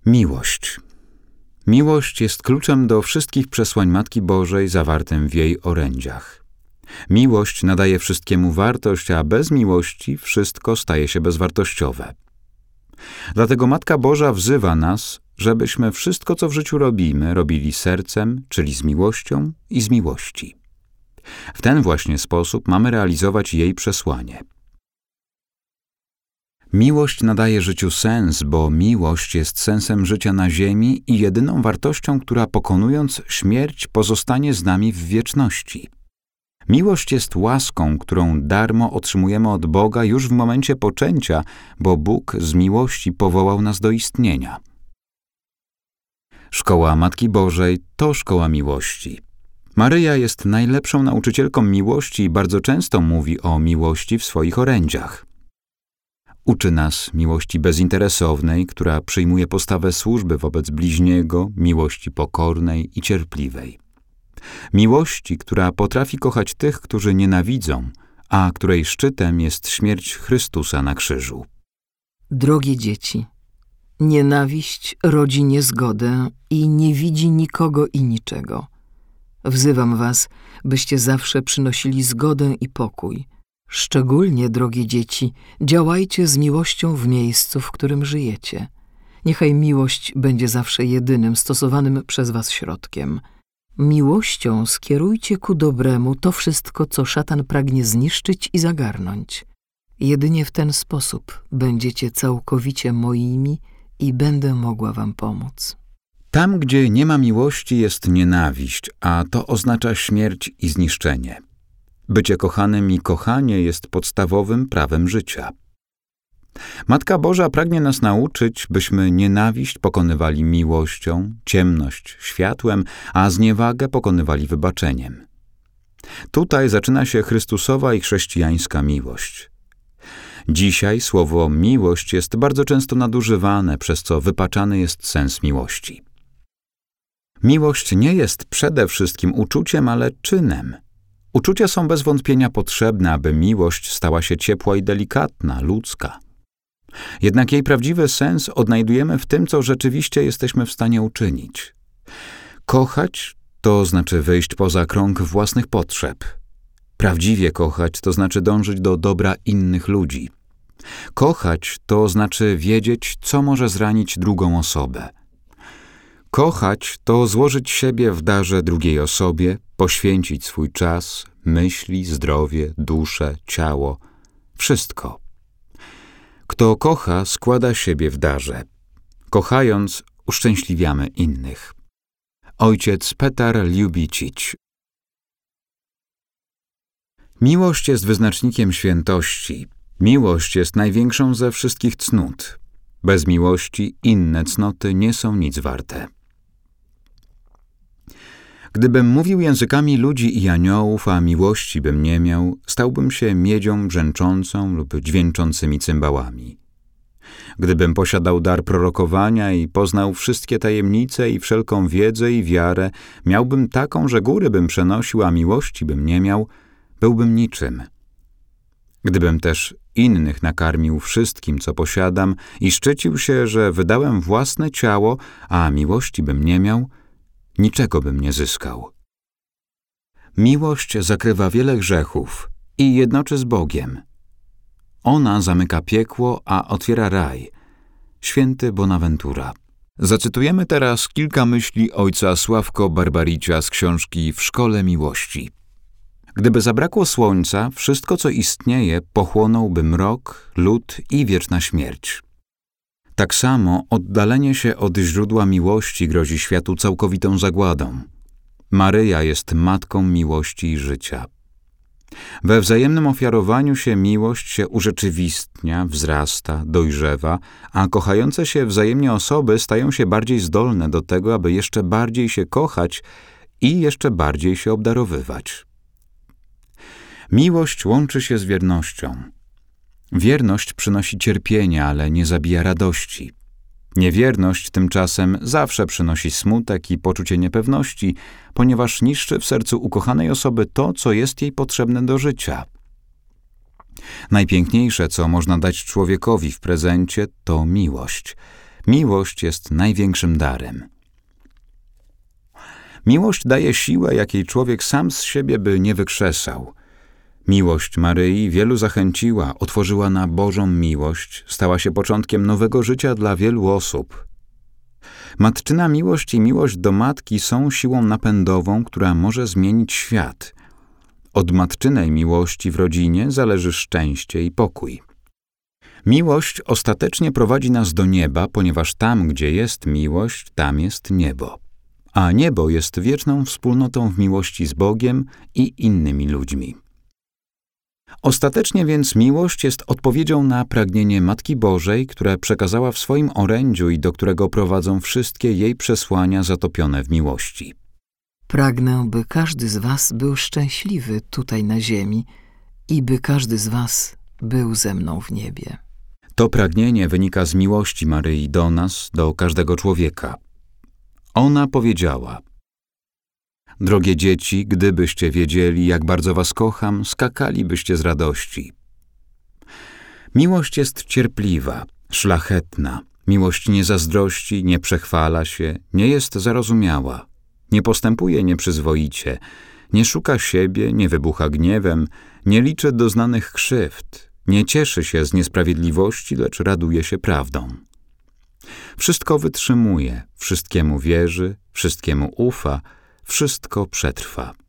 Miłość. Miłość jest kluczem do wszystkich przesłań Matki Bożej zawartym w jej orędziach. Miłość nadaje wszystkiemu wartość, a bez miłości wszystko staje się bezwartościowe. Dlatego Matka Boża wzywa nas, żebyśmy wszystko, co w życiu robimy, robili sercem, czyli z miłością i z miłości. W ten właśnie sposób mamy realizować jej przesłanie. Miłość nadaje życiu sens, bo miłość jest sensem życia na ziemi i jedyną wartością, która pokonując śmierć pozostanie z nami w wieczności. Miłość jest łaską, którą darmo otrzymujemy od Boga już w momencie poczęcia, bo Bóg z miłości powołał nas do istnienia. Szkoła Matki Bożej to szkoła miłości. Maryja jest najlepszą nauczycielką miłości i bardzo często mówi o miłości w swoich orędziach. Uczy nas miłości bezinteresownej, która przyjmuje postawę służby wobec bliźniego, miłości pokornej i cierpliwej. Miłości, która potrafi kochać tych, którzy nienawidzą, a której szczytem jest śmierć Chrystusa na krzyżu. Drogie dzieci, nienawiść rodzi niezgodę i nie widzi nikogo i niczego. Wzywam was, byście zawsze przynosili zgodę i pokój. Szczególnie, drogie dzieci, działajcie z miłością w miejscu, w którym żyjecie. Niechaj miłość będzie zawsze jedynym stosowanym przez was środkiem. Miłością skierujcie ku dobremu to wszystko, co szatan pragnie zniszczyć i zagarnąć. Jedynie w ten sposób będziecie całkowicie moimi i będę mogła wam pomóc. Tam, gdzie nie ma miłości, jest nienawiść, a to oznacza śmierć i zniszczenie. Bycie kochanym i kochanie jest podstawowym prawem życia. Matka Boża pragnie nas nauczyć, byśmy nienawiść pokonywali miłością, ciemność światłem, a zniewagę pokonywali wybaczeniem. Tutaj zaczyna się Chrystusowa i chrześcijańska miłość. Dzisiaj słowo miłość jest bardzo często nadużywane, przez co wypaczany jest sens miłości. Miłość nie jest przede wszystkim uczuciem, ale czynem. Uczucia są bez wątpienia potrzebne, aby miłość stała się ciepła i delikatna, ludzka. Jednak jej prawdziwy sens odnajdujemy w tym, co rzeczywiście jesteśmy w stanie uczynić. Kochać to znaczy wyjść poza krąg własnych potrzeb. Prawdziwie kochać to znaczy dążyć do dobra innych ludzi. Kochać to znaczy wiedzieć, co może zranić drugą osobę. Kochać to złożyć siebie w darze drugiej osobie, poświęcić swój czas, myśli, zdrowie, duszę, ciało, wszystko. Kto kocha, składa siebie w darze. Kochając, uszczęśliwiamy innych. Ojciec Petar Ljubicic. Miłość jest wyznacznikiem świętości. Miłość jest największą ze wszystkich cnót. Bez miłości inne cnoty nie są nic warte. Gdybym mówił językami ludzi i aniołów, a miłości bym nie miał, stałbym się miedzią brzęczącą lub dźwięczącymi cymbałami. Gdybym posiadał dar prorokowania i poznał wszystkie tajemnice i wszelką wiedzę i wiarę, miałbym taką, że góry bym przenosił, a miłości bym nie miał, byłbym niczym. Gdybym też innych nakarmił wszystkim, co posiadam i szczycił się, że wydałem własne ciało, a miłości bym nie miał, niczego bym nie zyskał. Miłość zakrywa wiele grzechów i jednoczy z Bogiem. Ona zamyka piekło, a otwiera raj. Święty Bonaventura. Zacytujemy teraz kilka myśli ojca Sławko Barbaricia z książki W szkole miłości. Gdyby zabrakło słońca, wszystko, co istnieje, pochłonąłby mrok, lód i wieczna śmierć. Tak samo oddalenie się od źródła miłości grozi światu całkowitą zagładą. Maryja jest matką miłości i życia. We wzajemnym ofiarowaniu się miłość się urzeczywistnia, wzrasta, dojrzewa, a kochające się wzajemnie osoby stają się bardziej zdolne do tego, aby jeszcze bardziej się kochać i jeszcze bardziej się obdarowywać. Miłość łączy się z wiernością. Wierność przynosi cierpienie, ale nie zabija radości. Niewierność tymczasem zawsze przynosi smutek i poczucie niepewności, ponieważ niszczy w sercu ukochanej osoby to, co jest jej potrzebne do życia. Najpiękniejsze, co można dać człowiekowi w prezencie, to miłość. Miłość jest największym darem. Miłość daje siłę, jakiej człowiek sam z siebie by nie wykrzesał. Miłość Maryi wielu zachęciła, otworzyła na Bożą miłość, stała się początkiem nowego życia dla wielu osób. Matczyna miłość i miłość do matki są siłą napędową, która może zmienić świat. Od matczynej miłości w rodzinie zależy szczęście i pokój. Miłość ostatecznie prowadzi nas do nieba, ponieważ tam, gdzie jest miłość, tam jest niebo. A niebo jest wieczną wspólnotą w miłości z Bogiem i innymi ludźmi. Ostatecznie więc miłość jest odpowiedzią na pragnienie Matki Bożej, które przekazała w swoim orędziu i do którego prowadzą wszystkie jej przesłania zatopione w miłości. Pragnę, by każdy z was był szczęśliwy tutaj na ziemi i by każdy z was był ze mną w niebie. To pragnienie wynika z miłości Maryi do nas, do każdego człowieka. Ona powiedziała: drogie dzieci, gdybyście wiedzieli, jak bardzo was kocham, skakalibyście z radości. Miłość jest cierpliwa, szlachetna. Miłość nie zazdrości, nie przechwala się, nie jest zarozumiała. Nie postępuje nieprzyzwoicie, nie szuka siebie, nie wybucha gniewem, nie liczy doznanych krzywd, nie cieszy się z niesprawiedliwości, lecz raduje się prawdą. Wszystko wytrzymuje, wszystkiemu wierzy, wszystkiemu ufa, wszystko przetrwa.